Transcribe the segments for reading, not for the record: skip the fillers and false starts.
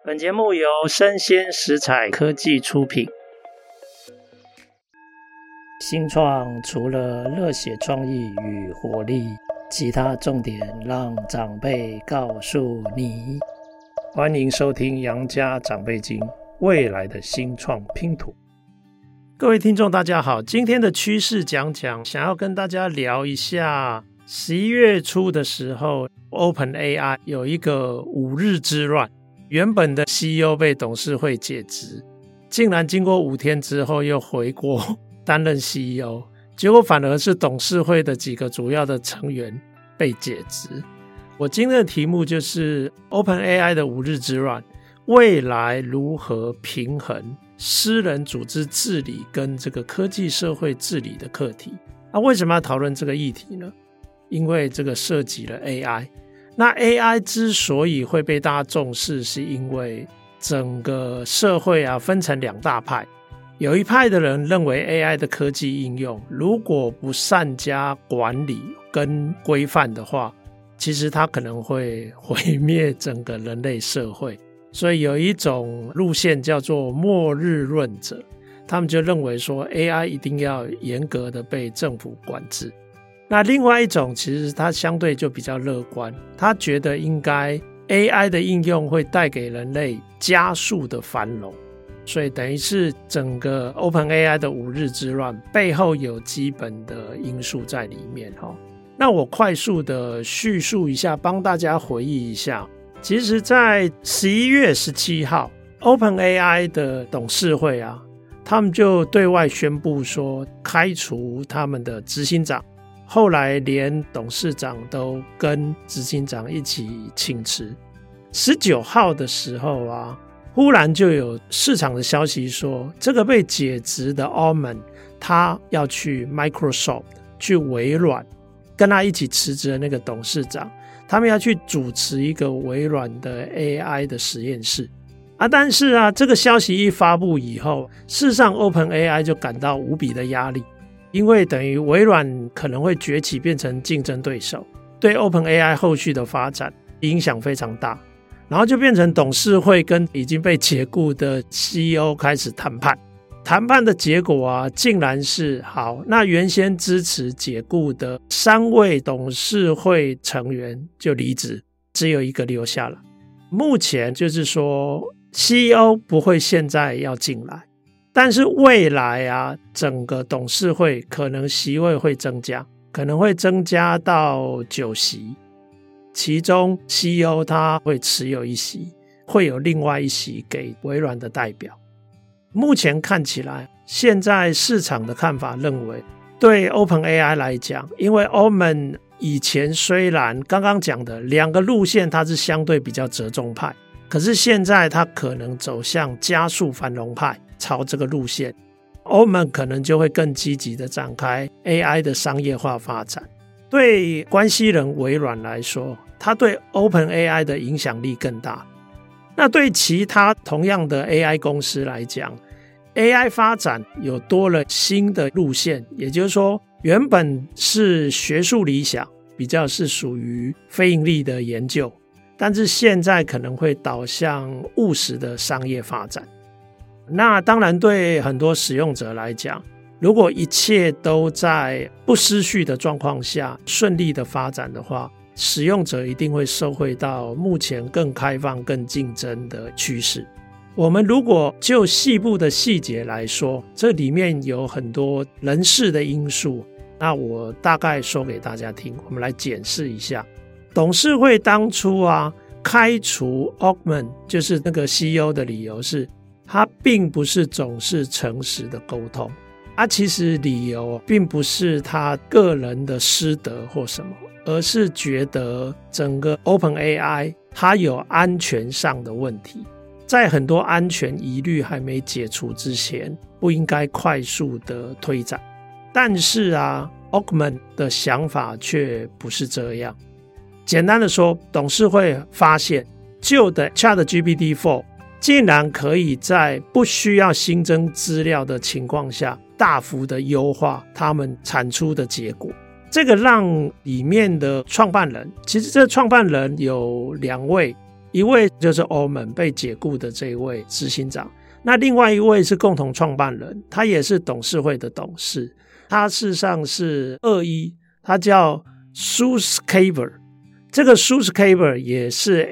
本节目由生鲜食材科技出品。新创除了热血创意与活力，其他重点让长辈告诉你。欢迎收听杨家长辈经，未来的新创拼图。各位听众大家好，今天的趋势讲讲，想要跟大家聊一下11月初的时候 OpenAI 有一个5日之乱，原本的 CEO 被董事会解职，竟然经过5天之后又回国担任 CEO， 结果反而是董事会的几个主要的成员被解职。我今天的题目就是 OpenAI 的5日之乱，未来如何平衡私人组织治理跟这个科技社会治理的课题。为什么要讨论这个议题呢？因为这个涉及了 AI。那 AI 之所以会被大家重视，是因为整个社会分成2大派。有一派的人认为 AI 的科技应用如果不善加管理跟规范的话，其实它可能会毁灭整个人类社会。所以有一种路线叫做末日论者，他们就认为说 AI 一定要严格的被政府管制。那另外一种其实他相对就比较乐观，他觉得应该 AI 的应用会带给人类加速的繁荣，所以等于是整个 OpenAI 的5日之乱背后有基本的因素在里面。那我快速的叙述一下，帮大家回忆一下。其实在11月17号 OpenAI 的董事会他们就对外宣布说开除他们的执行长，后来连董事长都跟执行长一起请辞。19号的时候忽然就有市场的消息说，这个被解职的 Altman 他要去 Microsoft 去微软，跟他一起辞职的那个董事长，他们要去主持一个微软的 AI 的实验室但是这个消息一发布以后，事实上 OpenAI 就感到无比的压力，因为等于微软可能会崛起变成竞争对手，对 OpenAI 后续的发展影响非常大。然后就变成董事会跟已经被解雇的 CEO 开始谈判，谈判的结果竟然是好，那原先支持解雇的3位董事会成员就离职，只有1个留下了。目前就是说 CEO 不会现在要进来，但是未来整个董事会可能席位会增加，可能会增加到9席，其中 CEO 他会持有1席，会有另外1席给微软的代表。目前看起来，现在市场的看法认为，对 OpenAI 来讲，因为 Altman 以前虽然刚刚讲的2个路线它是相对比较折中派，可是现在它可能走向加速繁荣派，朝这个路线 Altman 可能就会更积极的展开 AI 的商业化发展。对关系人微软来说，它对 OpenAI 的影响力更大。那对其他同样的 AI 公司来讲， AI 发展有多了新的路线，也就是说原本是学术理想，比较是属于非盈利的研究，但是现在可能会导向务实的商业发展。那当然对很多使用者来讲，如果一切都在不失序的状况下顺利的发展的话，使用者一定会受惠到目前更开放更竞争的趋势。我们如果就细部的细节来说，这里面有很多人事的因素，那我大概说给大家听，我们来检视一下。董事会当初开除 Altman 就是那个 CEO 的理由是他并不是总是诚实的沟通其实理由并不是他个人的失德或什么，而是觉得整个 OpenAI 它有安全上的问题，在很多安全疑虑还没解除之前，不应该快速的推展。但是Altman 的想法却不是这样。简单的说，董事会发现旧的 ChatGPT-4 竟然可以在不需要新增资料的情况下大幅的优化他们产出的结果。这个让里面的创办人，其实这创办人有2位， 一位就是 Altman 被解雇的这一位执行长，那另外一位是共同创办人，他也是董事会的董事，他事实上是21，他叫 Suscaver。 这个 Suscaver 也是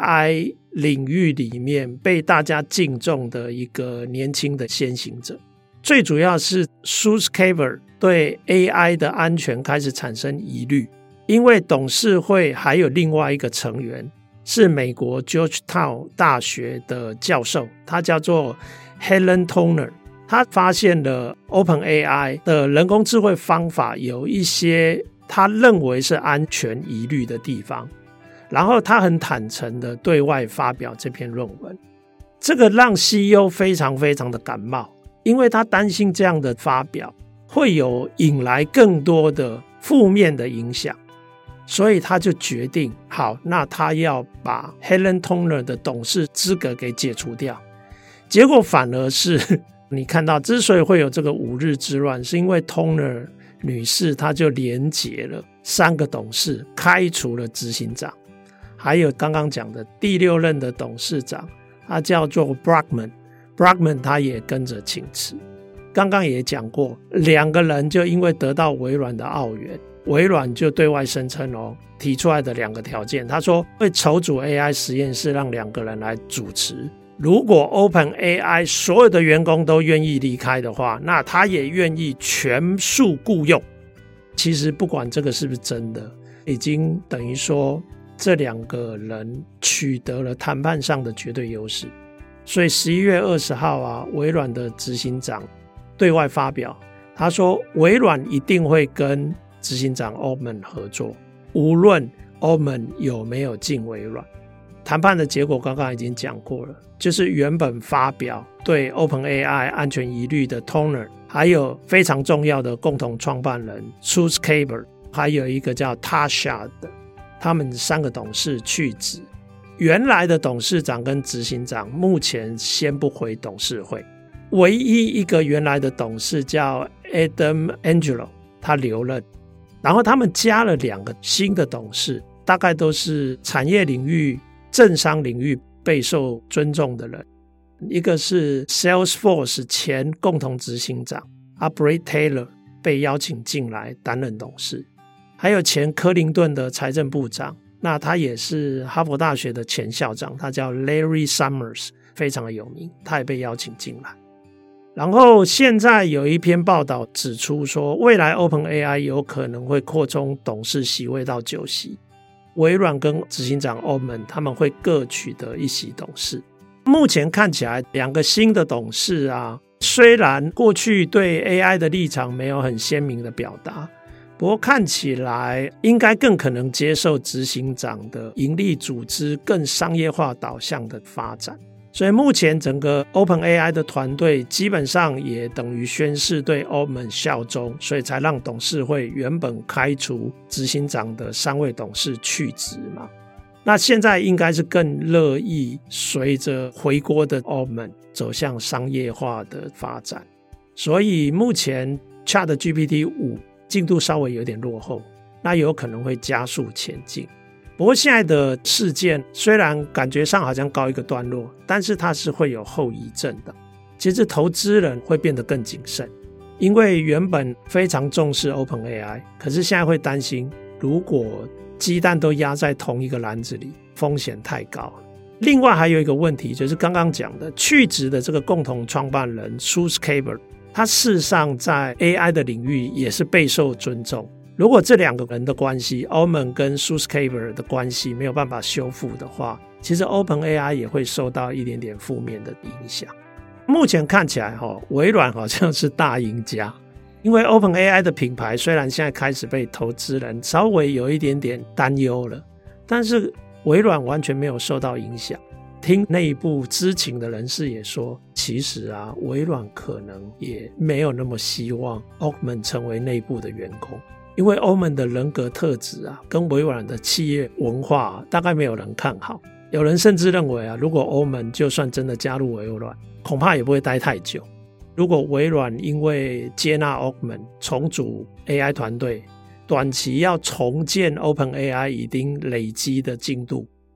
AI 领域里面被大家敬重的一个年轻的先行者。最主要是 Suscaver 对 AI 的安全开始产生疑虑，因为董事会还有另外一个成员是美国 Georgetown 大学的教授，他叫做 Helen Toner。 他发现了 OpenAI 的人工智慧方法有一些他认为是安全疑虑的地方，然后他很坦诚的对外发表这篇论文。这个让 CEO 非常非常的感冒，因为他担心这样的发表会有引来更多的负面的影响，所以他就决定，好，那他要把 Helen Toner 的董事资格给解除掉。结果反而是你看到之所以会有这个5日之乱，是因为 Toner 女士她就连结了3个董事，开除了执行长，还有刚刚讲的第6任的董事长，他叫做 Brockman 他也跟着请辞。刚刚也讲过，2个人就因为得到微软的澳元，微软就对外声称提出来的2个条件，他说会筹组 AI 实验室，让2个人来主持，如果 OpenAI 所有的员工都愿意离开的话，那他也愿意全数雇用。其实不管这个是不是真的，已经等于说这2个人取得了谈判上的绝对优势。所以11月20号啊，微软的执行长对外发表，他说微软一定会跟执行长 Altman 合作，无论 Altman 有没有进微软。谈判的结果刚刚已经讲过了，就是原本发表对 OpenAI 安全疑虑的 Toner， 还有非常重要的共同创办人 Suscaver， 还有一个叫 Tasha 的，他们3个董事去职。原来的董事长跟执行长目前先不回董事会，唯一一个原来的董事叫 Adam Angelo， 他留任。然后他们加了2个新的董事，大概都是产业领域、政商领域备受尊重的人。一个是 Salesforce 前共同执行长 Brett Taylor 被邀请进来担任董事，还有前科林顿的财政部长，那他也是哈佛大学的前校长，他叫 Larry Summers， 非常的有名，他也被邀请进来。然后现在有一篇报道指出说，未来 OpenAI 有可能会扩充董事席位到9席，微软跟执行长 Altman 他们会各取得1席董事。目前看起来2个新的董事啊，虽然过去对 AI 的立场没有很鲜明的表达，不过看起来应该更可能接受执行长的盈利组织更商业化导向的发展。所以目前整个 OpenAI 的团队基本上也等于宣誓对 Altman 效忠，所以才让董事会原本开除执行长的3位董事去职嘛。那现在应该是更乐意随着回国的 Altman 走向商业化的发展。所以目前 ChatGPT 5进度稍微有点落后，那有可能会加速前进。不过现在的事件虽然感觉上好像告一个段落，但是它是会有后遗症的。其实投资人会变得更谨慎，因为原本非常重视 OpenAI， 可是现在会担心，如果鸡蛋都压在同一个篮子里，风险太高了。另外还有一个问题，就是刚刚讲的去职的这个共同创办人 Suscaver， 他事实上在 AI 的领域也是备受尊重。如果这2个人的关系 Altman 跟 Suscaver 的关系没有办法修复的话，其实 OpenAI 也会受到一点点负面的影响。目前看起来微软好像是大赢家，因为 OpenAI 的品牌虽然现在开始被投资人稍微有一点点担忧了，但是微软完全没有受到影响。听内部知情的人士也说，其实啊，微软可能也没有那么希望 Altman 成为内部的员工，因为 Altman 的人格特质啊，跟微软的企业文化大概没有人看好。有人甚至认为啊，如果 Altman 就算真的加入微软，恐怕也不会待太久。如果微软因为接纳 Altman 重组 AI 团队，短期要重建 OpenAI 已经累积的进度，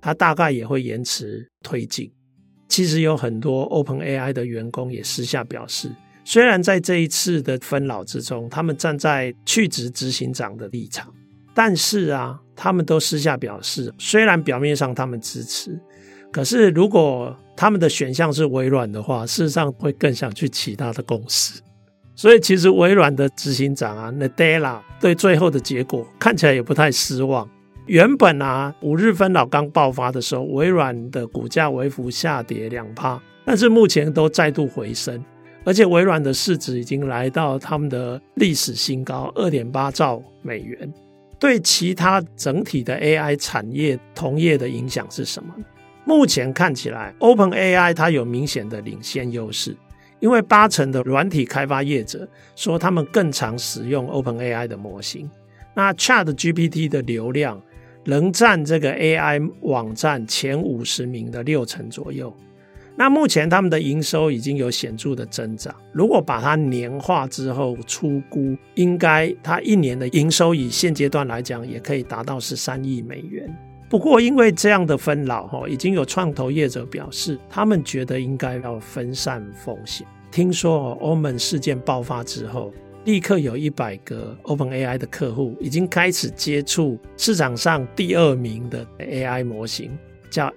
它大概也会延迟推进。其实有很多 OpenAI 的员工也私下表示，虽然在这一次的分老之中，他们站在去职执行长的立场，但是他们都私下表示，虽然表面上他们支持，可是如果他们的选项是微软的话，事实上会更想去其他的公司。所以其实微软的执行长Nadella 对最后的结果看起来也不太失望。原本5日分老刚爆发的时候，微软的股价微幅下跌 2%， 但是目前都再度回升，而且微软的市值已经来到他们的历史新高 2.8 兆美元。对其他整体的 AI 产业同业的影响是什么？目前看起来 OpenAI 它有明显的领先优势，因为80%的软体开发业者说他们更常使用 OpenAI 的模型。那 ChatGPT 的流量仍占这个 AI 网站前50名的60%左右。那目前他们的营收已经有显著的增长，如果把它年化之后初估，应该它一年的营收以现阶段来讲也可以达到13亿美元。不过因为这样的分老，已经有创投业者表示他们觉得应该要分散风险。听说欧盟事件爆发之后，立刻有100个 OpenAI 的客户已经开始接触市场上第2名的 AI 模型，叫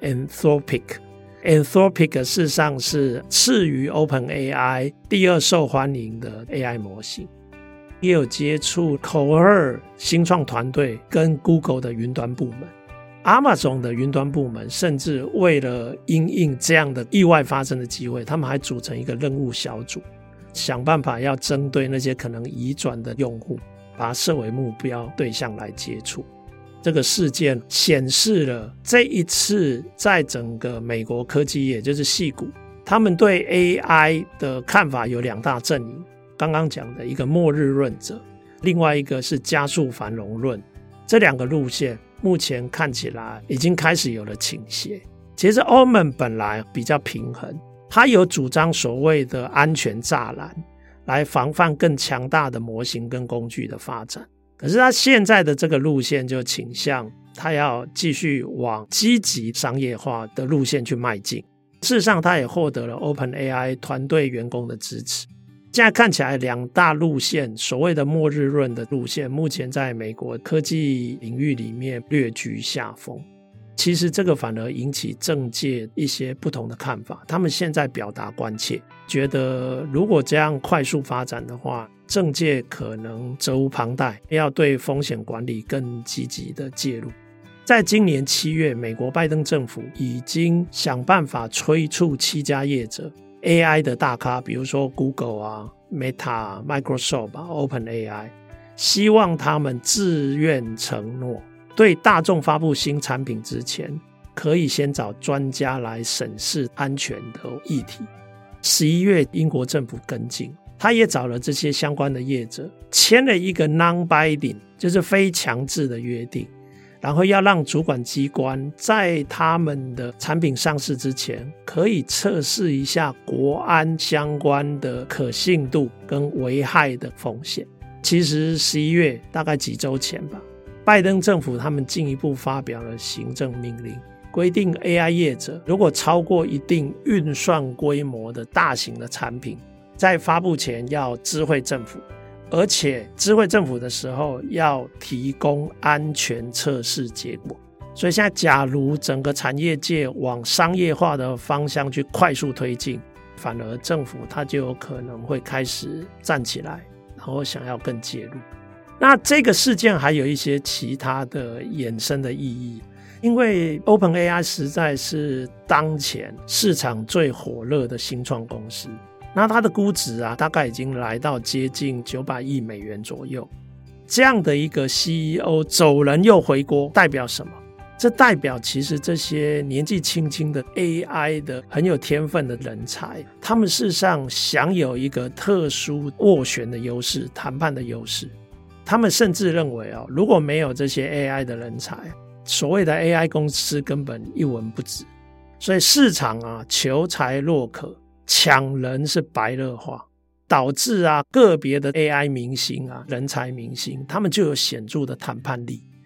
Anthropic。Anthropic 事实上是次于 OpenAI 第2受欢迎的 AI 模型，也有接触 Cohere 新创团队跟 Google 的云端部门。Amazon 的云端部门甚至为了因应这样的意外发生的机会，他们还组成一个任务小组，想办法要针对那些可能移转的用户，把它设为目标对象来接触。这个事件显示了这一次在整个美国科技业，就是矽谷，他们对 AI 的看法有2大阵营，刚刚讲的一个末日论者，另外一个是加速繁荣论。这2个路线目前看起来已经开始有了倾斜。其实欧盟本来比较平衡，它有主张所谓的安全栅栏来防范更强大的模型跟工具的发展，可是它现在的这个路线就倾向它要继续往积极商业化的路线去迈进。事实上它也获得了 OpenAI 团队员工的支持。现在看起来2大路线，所谓的末日论的路线，目前在美国科技领域里面略居下风。其实这个反而引起政界一些不同的看法，他们现在表达关切，觉得如果这样快速发展的话，政界可能责无旁贷，要对风险管理更积极的介入。在今年7月，美国拜登政府已经想办法催促7家业者 AI 的大咖，比如说 Google Meta Microsoft OpenAI， 希望他们自愿承诺对大众发布新产品之前，可以先找专家来审视安全的议题。11月英国政府跟进，他也找了这些相关的业者，签了一个 non-binding 就是非强制的约定，然后要让主管机关在他们的产品上市之前，可以测试一下国安相关的可信度跟危害的风险。其实11月大概几周前吧，拜登政府他们进一步发表了行政命令，规定 AI 业者如果超过一定运算规模的大型的产品，在发布前要知会政府，而且知会政府的时候要提供安全测试结果。所以现在假如整个产业界往商业化的方向去快速推进，反而政府它就有可能会开始站起来，然后想要更介入。那这个事件还有一些其他的衍生的意义，因为 OpenAI 实在是当前市场最火热的新创公司，那它的估值大概已经来到接近900亿美元左右。这样的一个 CEO 走人又回国，代表什么？这代表其实这些年纪轻轻的 AI 的很有天分的人才，他们事实上享有一个特殊斡旋的优势，谈判的优势。他们甚至认为如果没有这些 AI 的人才，所谓的 AI 公司根本一文不值。所以市场求才若渴，抢人是白热化，导致个别的 AI 明星人才明星，他们就有显著的谈判力。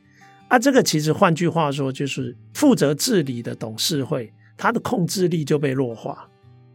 这个其实换句话说就是负责治理的董事会它的控制力就被弱化。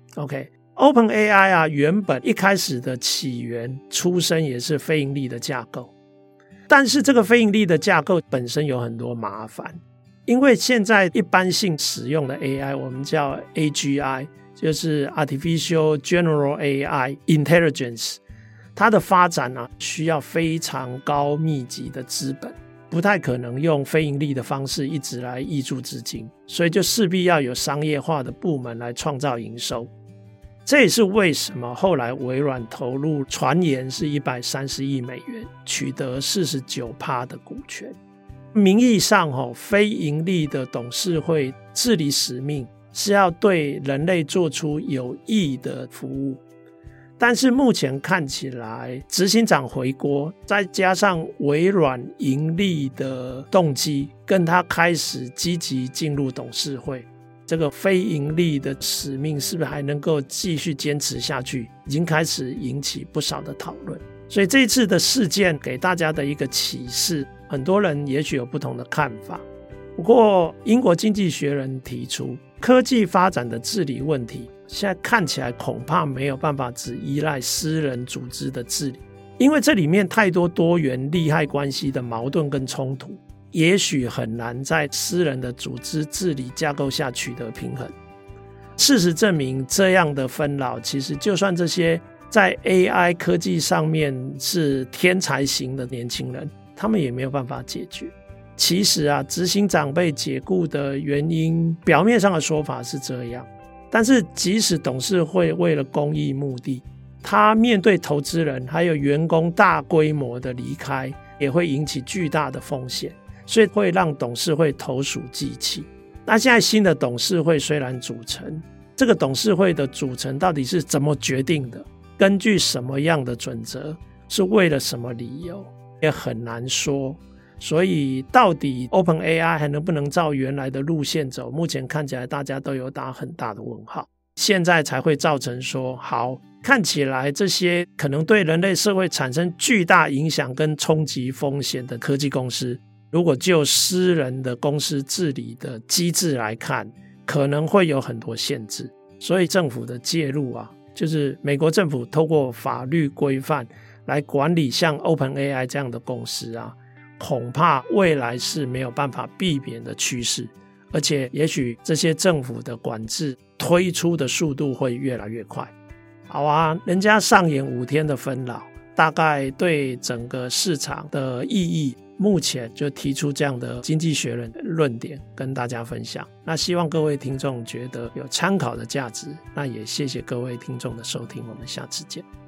OpenAI 原本一开始的起源出身也是非盈利的架构，但是这个非盈利的架构本身有很多麻烦，因为现在一般性使用的 AI 我们叫 AGI， 就是 Artificial General AI Intelligence， 它的发展需要非常高密集的资本，不太可能用非盈利的方式一直来挹注资金，所以就势必要有商业化的部门来创造营收。这也是为什么后来微软投入传言是130亿美元，取得 49% 的股权。名义上非盈利的董事会治理使命是要对人类做出有益的服务，但是目前看起来执行长回国，再加上微软盈利的动机，跟他开始积极进入董事会，这个非盈利的使命是不是还能够继续坚持下去，已经开始引起不少的讨论。所以这一次的事件给大家的一个启示，很多人也许有不同的看法。不过英国经济学人提出，科技发展的治理问题现在看起来恐怕没有办法只依赖私人组织的治理，因为这里面太多多元利害关系的矛盾跟冲突，也许很难在私人的组织治理架构下取得平衡。事实证明，这样的纷扰其实就算这些在 AI 科技上面是天才型的年轻人，他们也没有办法解决。其实执行长被解雇的原因，表面上的说法是这样，但是即使董事会为了公益目的，他面对投资人还有员工大规模的离开，也会引起巨大的风险，所以会让董事会投鼠忌器。那现在新的董事会虽然组成，这个董事会的组成到底是怎么决定的，根据什么样的准则，是为了什么理由，也很难说。所以到底 OpenAI 还能不能照原来的路线走，目前看起来大家都有打很大的问号。现在才会造成说，好，看起来这些可能对人类社会产生巨大影响跟冲击风险的科技公司，如果就私人的公司治理的机制来看，可能会有很多限制。所以政府的介入就是美国政府透过法律规范来管理像 OpenAI 这样的公司恐怕未来是没有办法避免的趋势，而且也许这些政府的管制推出的速度会越来越快。好人家上演5天的纷扰，大概对整个市场的意义，目前就提出这样的经济学人的论点跟大家分享。那希望各位听众觉得有参考的价值，那也谢谢各位听众的收听，我们下次见。